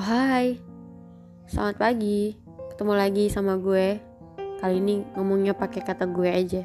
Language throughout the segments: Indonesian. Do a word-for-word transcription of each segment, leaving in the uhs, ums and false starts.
Oh hai, selamat pagi. Ketemu lagi sama gue. Kali ini ngomongnya pakai kata gue aja.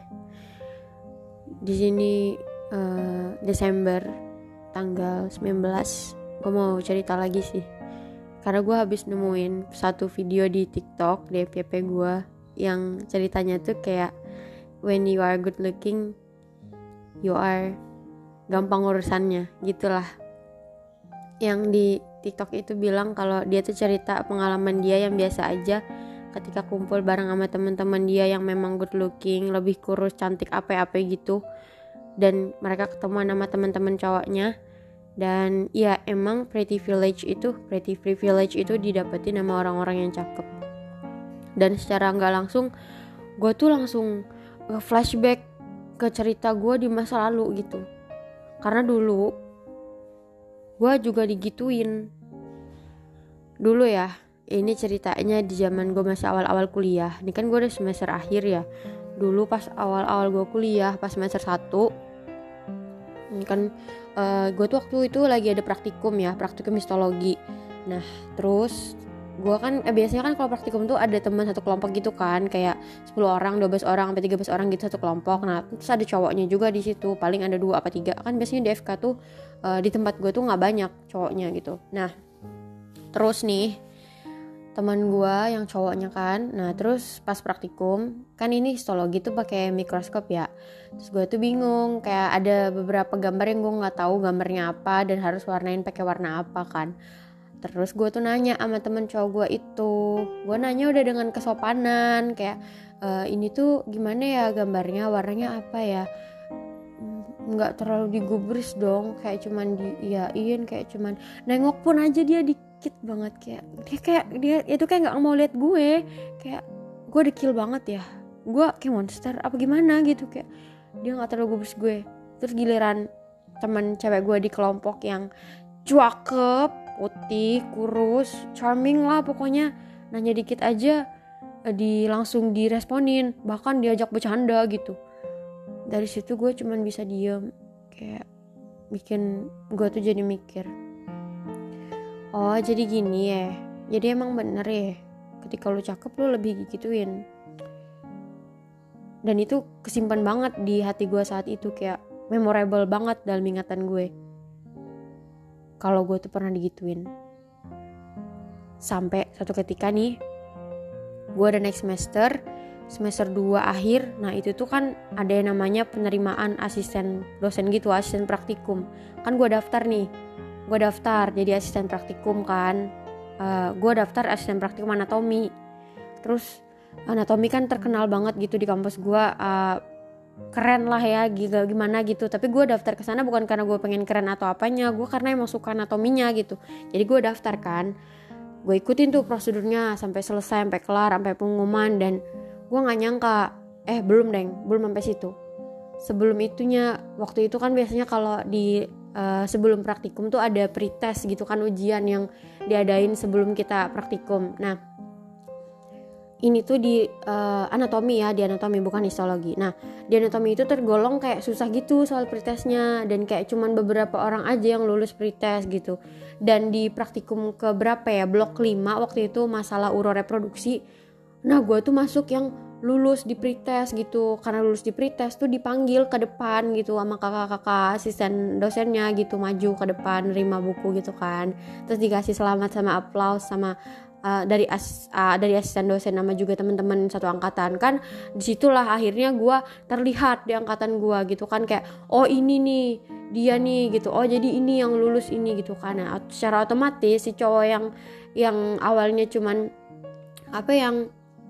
Di sini uh, Desember tanggal sembilan belas. Gue mau cerita lagi sih. Karena gue habis nemuin satu video di TikTok di F Y P gue yang ceritanya tuh kayak when you are good looking, you are gampang urusannya, gitulah. Yang di TikTok itu bilang kalau dia tuh cerita pengalaman dia yang biasa aja ketika kumpul bareng sama teman-teman dia yang memang good looking, lebih kurus, cantik, apa-apa gitu. Dan mereka ketemu sama teman-teman cowoknya. Dan ya emang pretty village itu, pretty privilege itu didapetin sama orang-orang yang cakep. Dan secara nggak langsung, gue tuh langsung flashback ke cerita gue di masa lalu gitu. Karena dulu gue juga digituin. Dulu ya, ini ceritanya di zaman gue masih awal-awal kuliah. Ini kan gue udah semester akhir ya. Dulu pas awal-awal gue kuliah, pas semester satu, ini kan uh, gue tuh waktu itu lagi ada praktikum ya, praktikum histologi. Nah terus gue kan eh, biasanya kan kalau praktikum tuh ada teman satu kelompok gitu kan, kayak sepuluh orang, dua belas orang, sampai tiga belas orang gitu satu kelompok. Nah terus ada cowoknya juga di situ, paling ada dua apa tiga. Kan biasanya di F K tuh uh, di tempat gue tuh nggak banyak cowoknya gitu. Nah terus nih teman gue yang cowoknya kan, nah terus pas praktikum kan ini histologi tuh pakai mikroskop ya. Terus gue tuh bingung, kayak ada beberapa gambar yang gue nggak tahu gambarnya apa dan harus warnain pakai warna apa kan. Terus gue tuh nanya sama temen cowok gue itu, gue nanya udah dengan kesopanan kayak e, ini tuh gimana ya gambarnya, warnanya apa ya, nggak terlalu digubris dong, kayak cuman diiyain, kayak cuman nengok pun aja dia dikit banget, kayak dia kayak dia itu kayak nggak mau lihat gue, kayak gue dekil banget ya, gue kayak monster apa gimana gitu, kayak dia nggak terlalu gubris gue. Terus giliran teman cewek gue di kelompok yang cakep, putih, kurus, charming lah pokoknya, nanya dikit aja di langsung diresponin, bahkan diajak bercanda gitu. Dari situ gue cuman bisa diem, kayak bikin gue tuh jadi mikir, oh jadi gini ya, jadi emang bener ya ketika lu cakep lu lebih gituin. Dan itu kesimpan banget di hati gue saat itu, kayak memorable banget dalam ingatan gue kalau gue tuh pernah digituin. Sampai satu ketika nih, gue ada next semester semester dua akhir. Nah itu tuh kan ada yang namanya penerimaan asisten dosen gitu, asisten praktikum. Kan gue daftar nih, gue daftar jadi asisten praktikum kan. uh, Gue daftar asisten praktikum anatomi. Terus anatomi kan terkenal banget gitu di kampus gue, uh, keren lah ya, gimana gitu. Tapi gue daftar ke sana bukan karena gue pengen keren atau apanya, gue karena emang suka anatominya gitu. Jadi gue daftar kan, gue ikutin tuh prosedurnya sampai selesai, sampai kelar, sampai pengumuman. Dan gue nggak nyangka, eh belum deng, belum sampai situ. Sebelum itunya, waktu itu kan biasanya kalau di uh, sebelum praktikum tuh ada pretest gitu kan, ujian yang diadain sebelum kita praktikum. Nah ini tuh di uh, anatomi ya, di anatomi bukan histologi. Nah di anatomi itu tergolong kayak susah gitu soal pretestnya, dan kayak cuman beberapa orang aja yang lulus pretest gitu. Dan di praktikum ke berapa ya, blok lima waktu itu masalah uroreproduksi. Nah gue tuh masuk yang lulus di pretest gitu. Karena lulus di pretest tuh dipanggil ke depan gitu sama kakak-kakak asisten dosennya gitu, maju ke depan nerima buku gitu kan. Terus dikasih selamat sama aplaus sama Uh, dari as, uh, dari asisten dosen nama juga teman-teman satu angkatan kan. Disitulah akhirnya gue terlihat di angkatan gue gitu kan, kayak oh ini nih dia nih gitu, oh jadi ini yang lulus ini gitu kan. Nah, secara otomatis si cowok yang yang awalnya cuman apa yang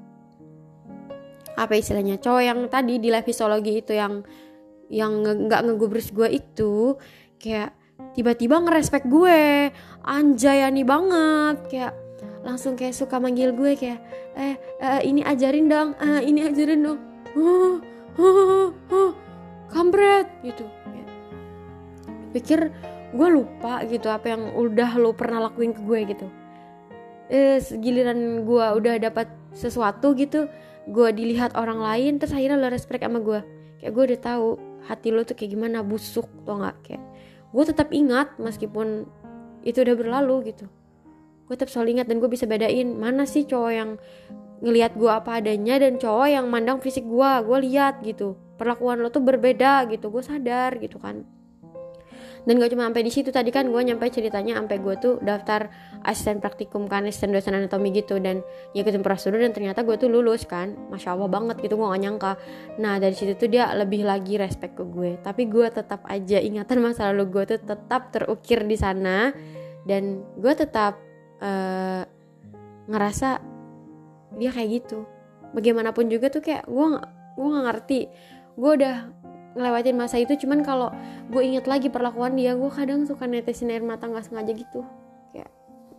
apa istilahnya cowok yang tadi di lab histologi itu yang yang nggak ngegubris gue itu, kayak tiba-tiba ngerespek gue, anjayani banget, kayak langsung kayak suka manggil gue kayak eh, eh ini ajarin dong, eh, ini ajarin dong, oh, oh, oh, kampret gitu. Pikir gue lupa gitu apa yang udah lo pernah lakuin ke gue gitu. Eh giliran gue udah dapat sesuatu gitu, gue dilihat orang lain, terus akhirnya lo respect sama gue. Kayak gue udah tahu hati lo tuh kayak gimana, busuk tau nggak. Kayak gue tetap ingat meskipun itu udah berlalu gitu. gue tetap selalu ingat dan gue bisa bedain mana sih cowok yang ngelihat gue apa adanya dan cowok yang mandang fisik gue. Gue lihat gitu, perlakuan lo tuh berbeda gitu, gue sadar gitu kan. Dan gak cuma sampai di situ, tadi kan gue nyampe ceritanya sampai gue tuh daftar asisten praktikum kan, asisten dosen anatomi gitu, dan ngikutin prosedur dan ternyata gue tuh lulus kan, masya Allah banget gitu, gue gak nyangka. Nah dari situ tuh dia lebih lagi respect ke gue, tapi gue tetap aja ingatan masa lalu gue tuh tetap terukir di sana, dan gue tetap uh, ngerasa dia kayak gitu. Bagaimanapun juga tuh kayak gue gak, gue gak ngerti, gue udah ngelewatin masa itu, cuman kalau gue inget lagi perlakuan dia, gue kadang suka netesin air mata nggak sengaja gitu, kayak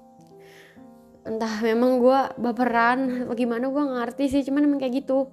entah memang gue baperan atau gimana, gue nggak ngerti sih, cuman emang kayak gitu.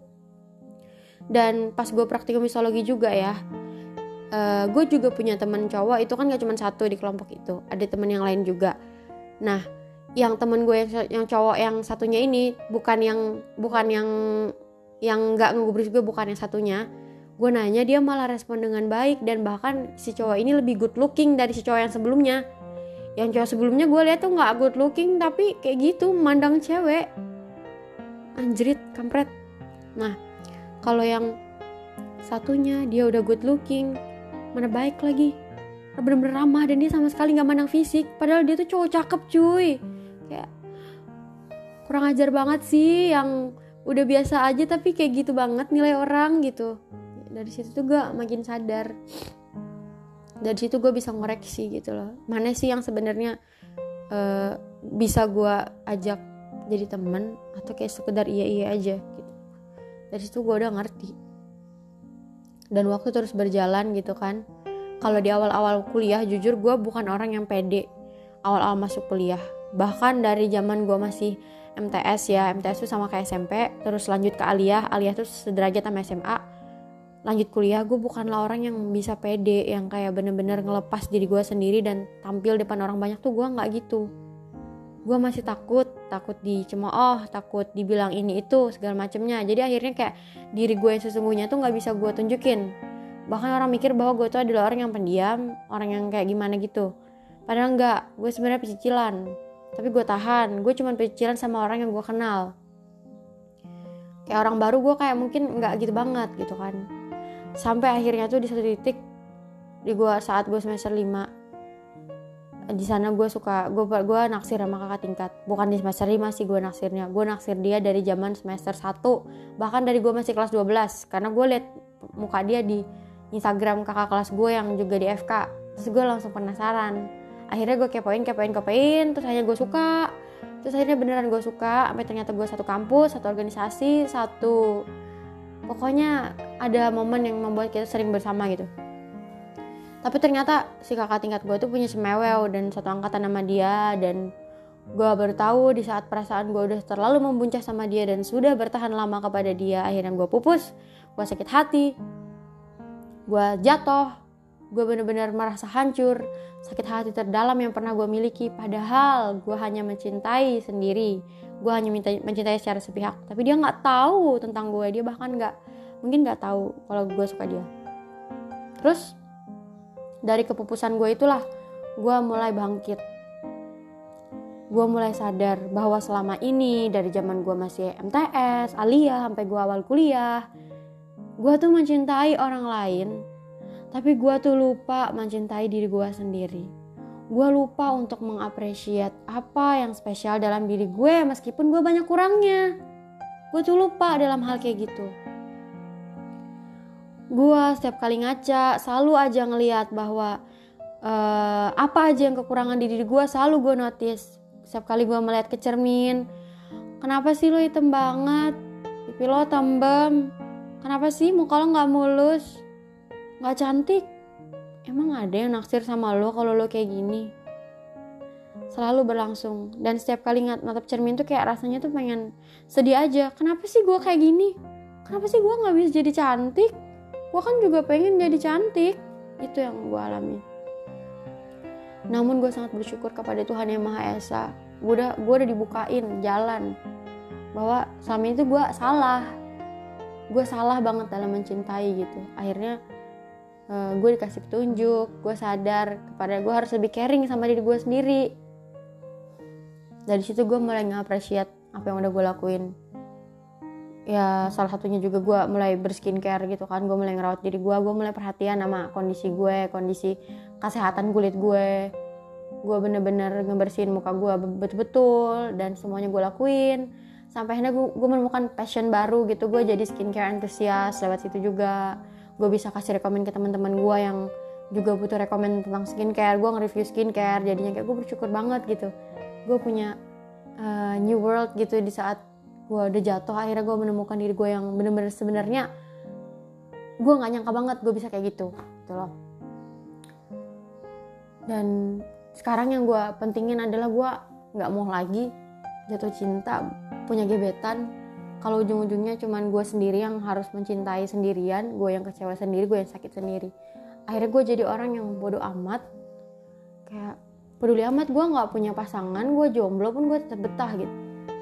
Dan pas gue praktikum mistologi juga ya, uh, gue juga punya teman cowok, itu kan gak cuma satu di kelompok itu, ada teman yang lain juga. Nah yang temen gue yang, yang cowok yang satunya ini bukan yang bukan yang yang nggak ngegubris gue, bukan yang satunya. Gue nanya, dia malah respon dengan baik, dan bahkan si cowok ini lebih good looking dari si cowok yang sebelumnya. Yang cowok sebelumnya gue lihat tuh nggak good looking, tapi kayak gitu mandang cewek, anjrit, kampret. Nah kalau yang satunya dia udah good looking, mana baik lagi, bener-bener ramah, dan dia sama sekali nggak mandang fisik, padahal dia tuh cowok cakep cuy. Kayak kurang ajar banget sih, yang udah biasa aja tapi kayak gitu banget nilai orang gitu. Dari situ tuh gue makin sadar, dari situ gue bisa ngoreksi gitu loh, mana sih yang sebenarnya uh, bisa gue ajak jadi teman atau kayak sekedar iya iya aja gitu. Dari situ gue udah ngerti, dan waktu terus berjalan gitu kan. Kalau di awal-awal kuliah jujur gue bukan orang yang pede awal-awal masuk kuliah, bahkan dari zaman gue masih M T S ya, M T S tuh sama kayak S M P, terus lanjut ke aliyah, aliyah tuh sederajat sama S M A, lanjut kuliah, gue bukanlah orang yang bisa pede, yang kayak bener-bener ngelepas diri gue sendiri dan tampil depan orang banyak tuh, gue nggak gitu. Gue masih takut, takut dicemooh, takut dibilang ini itu segala macemnya. Jadi akhirnya kayak diri gue yang sesungguhnya tuh nggak bisa gue tunjukin. Bahkan orang mikir bahwa gue tuh adalah orang yang pendiam, orang yang kayak gimana gitu. Padahal nggak, gue sebenarnya pecicilan. Tapi gue tahan, gue cuma pecicilan sama orang yang gue kenal. Kayak orang baru gue kayak mungkin nggak gitu banget gitu kan. Sampai akhirnya tuh di satu titik di gua saat gue semester lima, di sana gue suka gue gue naksir sama kakak tingkat. Bukan di semester lima sih gue naksirnya, gue naksir dia dari zaman semester satu, bahkan dari gue masih kelas dua belas, karena gue liat muka dia di Instagram kakak kelas gue yang juga di F K. Terus gue langsung penasaran, akhirnya gue kepoin kepoin kepoin terus hanya gue suka. Terus akhirnya beneran gue suka, sampai ternyata gue satu kampus, satu organisasi, satu pokoknya ada momen yang membuat kita sering bersama gitu. Tapi ternyata si kakak tingkat gue tuh punya semewew dan satu angkatan sama dia, dan gue baru tahu di saat perasaan gue udah terlalu membuncah sama dia dan sudah bertahan lama kepada dia. Akhirnya gue pupus, gue sakit hati, gue jatuh, gue benar-benar merasa hancur, sakit hati terdalam yang pernah gue miliki. Padahal gue hanya mencintai sendiri, gue hanya minta, mencintai secara sepihak, tapi dia nggak tahu tentang gue, dia bahkan nggak mungkin nggak tahu kalau gue suka dia. Terus dari kepupusan gue itulah gue mulai bangkit, gue mulai sadar bahwa selama ini dari zaman gue masih M T S, aliyah, sampai gue awal kuliah, gue tuh mencintai orang lain, tapi gue tuh lupa mencintai diri gue sendiri. Gue lupa untuk mengapresiat apa yang spesial dalam diri gue meskipun gue banyak kurangnya. Gue tuh lupa dalam hal kayak gitu. Gue setiap kali ngaca selalu aja ngelihat bahwa uh, apa aja yang kekurangan di diri gue selalu gue notice. Setiap kali gue melihat ke cermin, kenapa sih lo hitam banget, pipi lo tembem, kenapa sih muka lo gak mulus, gak cantik, emang ada yang naksir sama lo kalau lo kayak gini? Selalu berlangsung. Dan setiap kali natap cermin tuh kayak rasanya tuh pengen sedih aja. Kenapa sih gue kayak gini? Kenapa sih gue gak bisa jadi cantik? Gue kan juga pengen jadi cantik. Itu yang gue alami. Namun gue sangat bersyukur kepada Tuhan Yang Maha Esa. Gue udah, gue udah dibukain jalan bahwa selama itu gue salah. Gue salah banget dalam mencintai gitu. Akhirnya uh, gue dikasih petunjuk. Gue sadar kepada gue harus lebih caring sama diri gue sendiri. Dari situ gue mulai nge-appreciate apa yang udah gue lakuin. Ya salah satunya juga gue mulai berskincare gitu kan. Gue mulai ngerawat diri gue. Gue mulai perhatian sama kondisi gue, kondisi kesehatan kulit gue. Gue bener-bener ngebersihin muka gue betul-betul. Dan semuanya gue lakuin. Sampai akhirnya gue, gue menemukan passion baru gitu. Gue jadi skincare enthusiast lewat situ juga. Gue bisa kasih rekomen ke teman-teman gue yang juga butuh rekomen tentang skincare. Gue nge-review skincare. Jadinya kayak gue bersyukur banget gitu. Gue punya uh, new world gitu di saat gue udah jatuh. Akhirnya gue menemukan diri gue yang bener-bener sebenarnya gue nggak nyangka banget gue bisa kayak gitu gitu loh. Dan sekarang yang gue pentingin adalah gue nggak mau lagi jatuh cinta, punya gebetan kalau ujung-ujungnya cuman gue sendiri yang harus mencintai sendirian, gue yang kecewa sendiri, gue yang sakit sendiri. Akhirnya gue jadi orang yang bodoh amat, kayak peduli amat gue nggak punya pasangan, gue jomblo pun gue tetap betah gitu.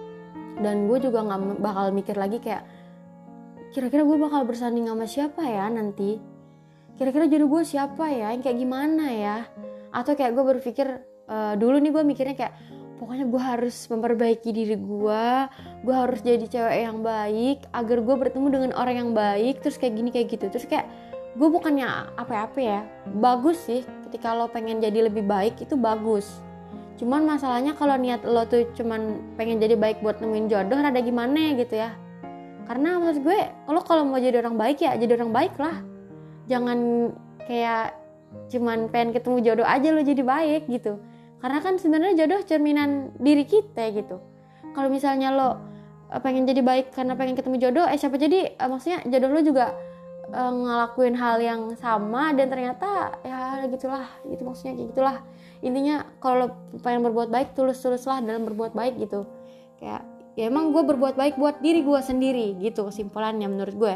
Dan gue juga nggak bakal mikir lagi kayak kira-kira gue bakal bersanding sama siapa ya nanti, kira-kira jodoh gue siapa ya, yang kayak gimana ya. Atau kayak gue berpikir uh, dulu nih gue mikirnya kayak pokoknya gue harus memperbaiki diri gue, gue harus jadi cewek yang baik agar gue bertemu dengan orang yang baik, terus kayak gini kayak gitu. Terus kayak gue bukannya apa-apa ya, bagus sih ketika lo pengen jadi lebih baik itu bagus. Cuman masalahnya kalau niat lo tuh cuman pengen jadi baik buat nemuin jodoh rada gimana gitu ya. Karena menurut gue lo kalau mau jadi orang baik ya jadi orang baik lah. Jangan kayak cuman pengen ketemu jodoh aja lo jadi baik gitu. Karena kan sebenarnya jodoh cerminan diri kita gitu. Kalau misalnya lo pengen jadi baik karena pengen ketemu jodoh, eh siapa jadi uh, maksudnya jodoh lo juga uh, ngelakuin hal yang sama dan ternyata ya gitulah, gitu maksudnya kayak gitulah. Intinya kalau lo pengen berbuat baik, tulus-tuluslah dalam berbuat baik gitu. Kayak ya emang gue berbuat baik buat diri gue sendiri gitu kesimpulannya menurut gue.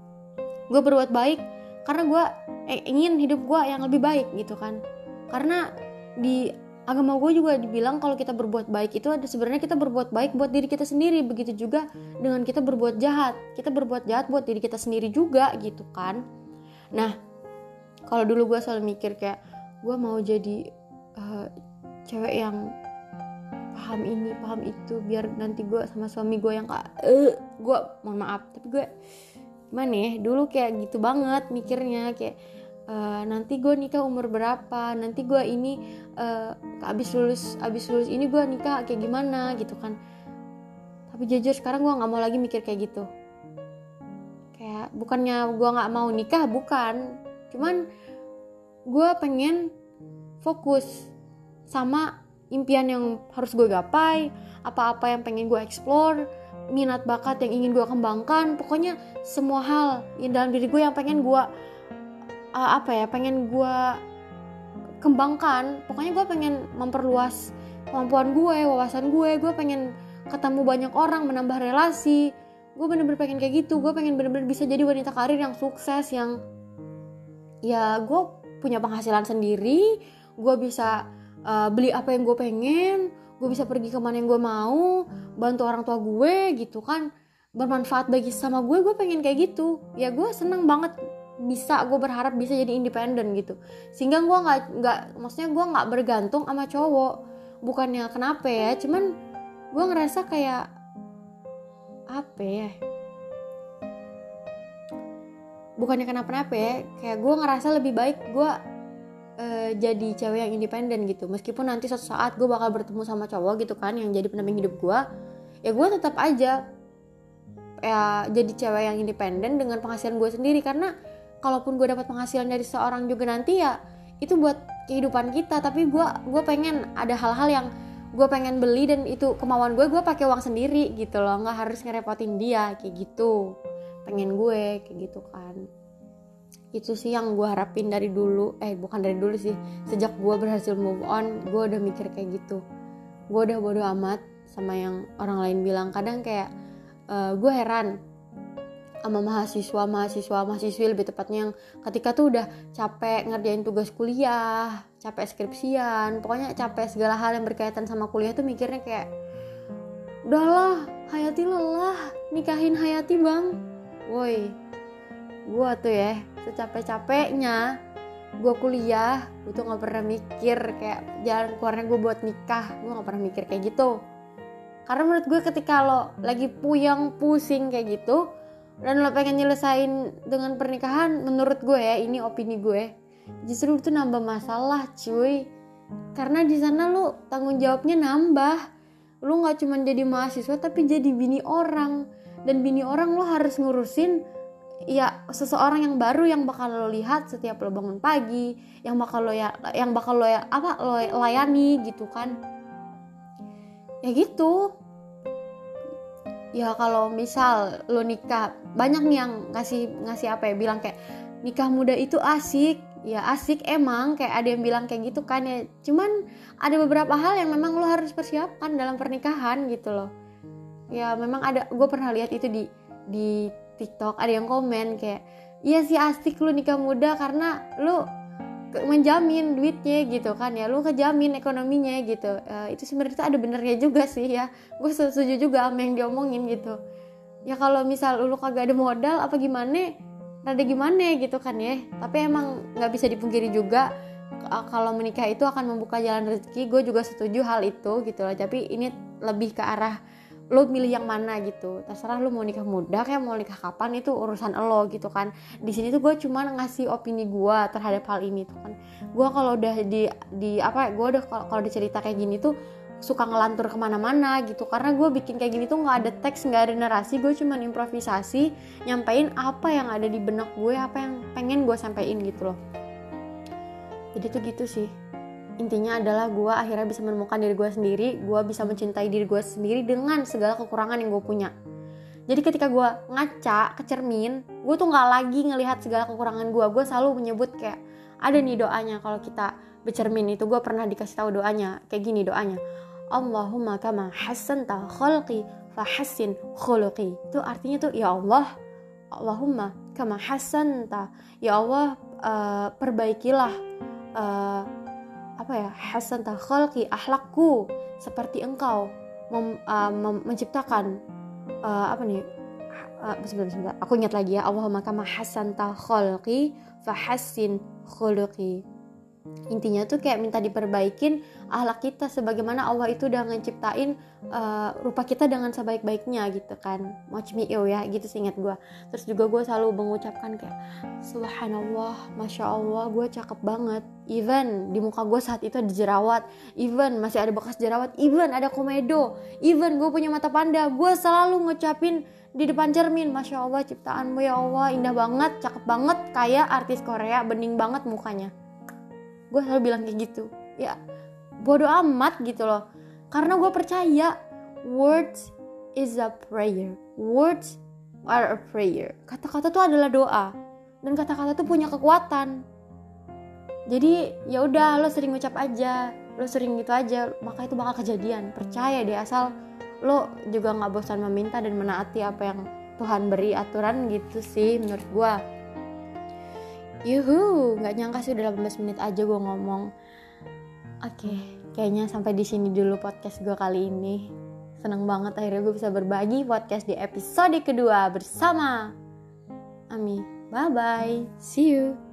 Gue berbuat baik karena gue eh, ingin hidup gue yang lebih baik gitu kan. Karena di agama gue juga dibilang kalau kita berbuat baik itu ada sebenarnya kita berbuat baik buat diri kita sendiri. Begitu juga dengan kita berbuat jahat, kita berbuat jahat buat diri kita sendiri juga gitu kan. Nah kalau dulu gue selalu mikir kayak gue mau jadi uh, cewek yang paham ini paham itu biar nanti gue sama suami gue yang kayak uh, gue mohon maaf tapi gue gimana ya dulu kayak gitu banget mikirnya kayak Uh, nanti gue nikah umur berapa, nanti gue ini uh, abis lulus abis lulus ini gue nikah kayak gimana gitu kan. Tapi jujur sekarang gue nggak mau lagi mikir kayak gitu. Kayak bukannya gue nggak mau nikah, bukan, cuman gue pengen fokus sama impian yang harus gue gapai, apa-apa yang pengen gue explore, minat bakat yang ingin gue kembangkan, pokoknya semua hal yang dalam diri gue yang pengen gue Uh, apa ya pengen gue kembangkan. Pokoknya gue pengen memperluas kemampuan gue, wawasan gue, gue pengen ketemu banyak orang, menambah relasi. Gue bener-bener pengen kayak gitu. Gue pengen bener-bener bisa jadi wanita karir yang sukses, yang ya gue punya penghasilan sendiri, gue bisa uh, beli apa yang gue pengen, gue bisa pergi kemana yang gue mau, bantu orang tua gue gitu kan, bermanfaat bagi sama gue. Gue pengen kayak gitu. Ya gue seneng banget bisa, gue berharap bisa jadi independen gitu, sehingga gue nggak nggak maksudnya gue nggak bergantung sama cowok. Bukannya kenapa ya, cuman gue ngerasa kayak apa ya, bukannya kenapa-napa ya, kayak gue ngerasa lebih baik gue uh, jadi cewek yang independen gitu. Meskipun nanti suatu saat gue bakal bertemu sama cowok gitu kan yang jadi pendamping hidup gue, ya gue tetap aja ya jadi cewek yang independen dengan penghasilan gue sendiri. Karena kalaupun gue dapat penghasilan dari seorang juga nanti ya itu buat kehidupan kita, tapi gue gue pengen ada hal-hal yang gue pengen beli dan itu kemauan gue, gue pakai uang sendiri gitu loh, nggak harus ngerepotin dia kayak gitu. Pengen gue kayak gitu kan. Itu sih yang gue harapin dari dulu, eh bukan dari dulu sih, sejak gue berhasil move on gue udah mikir kayak gitu. Gue udah bodo amat sama yang orang lain bilang. Kadang kayak uh, gue heran sama mahasiswa, mahasiswa, mahasiswi lebih tepatnya yang ketika tuh udah capek ngerjain tugas kuliah, capek skripsian, pokoknya capek segala hal yang berkaitan sama kuliah tuh mikirnya kayak udahlah, Hayati lelah, nikahin Hayati bang. Woi, gue tuh ya secapek-capeknya gue kuliah, gue tuh gak pernah mikir kayak jalan keluarnya gue buat nikah. Gue gak pernah mikir kayak gitu. Karena menurut gue ketika lo lagi puyeng pusing kayak gitu dan lo pengen nyelesain dengan pernikahan, menurut gue ya, ini opini gue, justru itu nambah masalah cuy. Karena di sana lo tanggung jawabnya nambah. Lo nggak cuma jadi mahasiswa tapi jadi bini orang, dan bini orang lo harus ngurusin ya seseorang yang baru yang bakal lo lihat setiap lo bangun pagi, yang bakal lo ya yang bakal lo ya apa lo layani gitu kan. Ya gitu. Ya kalau misal lo nikah, banyak nih yang ngasih ngasih apa ya, bilang kayak nikah muda itu asik. Ya asik emang, kayak ada yang bilang kayak gitu kan ya. Cuman ada beberapa hal yang memang lo harus persiapkan dalam pernikahan gitu loh. Ya memang ada, gue pernah lihat itu di di TikTok, ada yang komen kayak, iya sih asik lu nikah muda karena lu menjamin duitnya gitu kan ya, lu kejamin ekonominya gitu. Uh, itu sebenarnya ada benernya juga sih ya, gue setuju juga sama yang diomongin gitu. Ya kalau misal lu kagak ada modal apa gimana, rada gimana gitu kan ya. Tapi emang nggak bisa dipungkiri juga uh, kalau menikah itu akan membuka jalan rezeki. Gue juga setuju hal itu gitu loh. Tapi ini lebih ke arah lo milih yang mana gitu. Terserah lo mau nikah muda kayak mau nikah kapan, itu urusan lo gitu kan. Di sini tuh gue cuma ngasih opini gue terhadap hal ini tuh kan. Gue kalau udah di di apa gue udah kalau dicerita kayak gini tuh suka ngelantur kemana-mana gitu, karena gue bikin kayak gini tuh nggak ada teks, nggak ada narasi, gue cuma improvisasi nyampein apa yang ada di benak gue, apa yang pengen gue sampein gitu loh. Jadi tuh gitu sih. Intinya adalah gue akhirnya bisa menemukan diri gue sendiri, gue bisa mencintai diri gue sendiri dengan segala kekurangan yang gue punya. Jadi ketika gue ngaca ke cermin, gue tuh gak lagi ngelihat segala kekurangan gue. Gue selalu menyebut kayak, ada nih doanya kalau kita bercermin itu, gue pernah dikasih tahu doanya, kayak gini doanya, Allahumma kama hassanta khalqi fahassin khuluqi. Itu artinya tuh, ya Allah, Allahumma kama hassanta, ya Allah uh, perbaikilah uh, apa ya, hasan takhalqi, akhlakku seperti engkau mem, uh, mem, menciptakan uh, apa nih uh, sebentar, sebentar aku ingat lagi ya, Allahumma kama hasan takhalqi fahassin khuluqi. Intinya tuh kayak minta diperbaikin akhlak kita sebagaimana Allah itu udah ngeciptain uh, rupa kita dengan sebaik-baiknya gitu kan, mocmi'u ya gitu seingat gue. Terus juga gue selalu mengucapkan kayak subhanallah, masya Allah, gue cakep banget, even di muka gue saat itu ada jerawat, even masih ada bekas jerawat, even ada komedo, even gue punya mata panda, gue selalu ngucapin di depan cermin, masya Allah ciptaanmu ya Allah, indah banget, cakep banget, kayak artis Korea, bening banget mukanya. Gue selalu bilang kayak gitu ya, bodo amat gitu loh, karena gue percaya words is a prayer, words are a prayer. Kata-kata tuh adalah doa, dan kata-kata tuh punya kekuatan. Jadi ya udah, lo sering ngucap aja, lo sering gitu aja, maka itu bakal kejadian. Percaya deh, asal lo juga nggak bosan meminta dan menaati apa yang Tuhan beri aturan gitu sih menurut gue. Yuhu, nggak nyangka sih udah delapan belas menit aja gue ngomong. Oke, kayaknya sampai di sini dulu podcast gue kali ini. Seneng banget akhirnya gue bisa berbagi podcast di episode kedua bersama Ami. Bye bye, see you.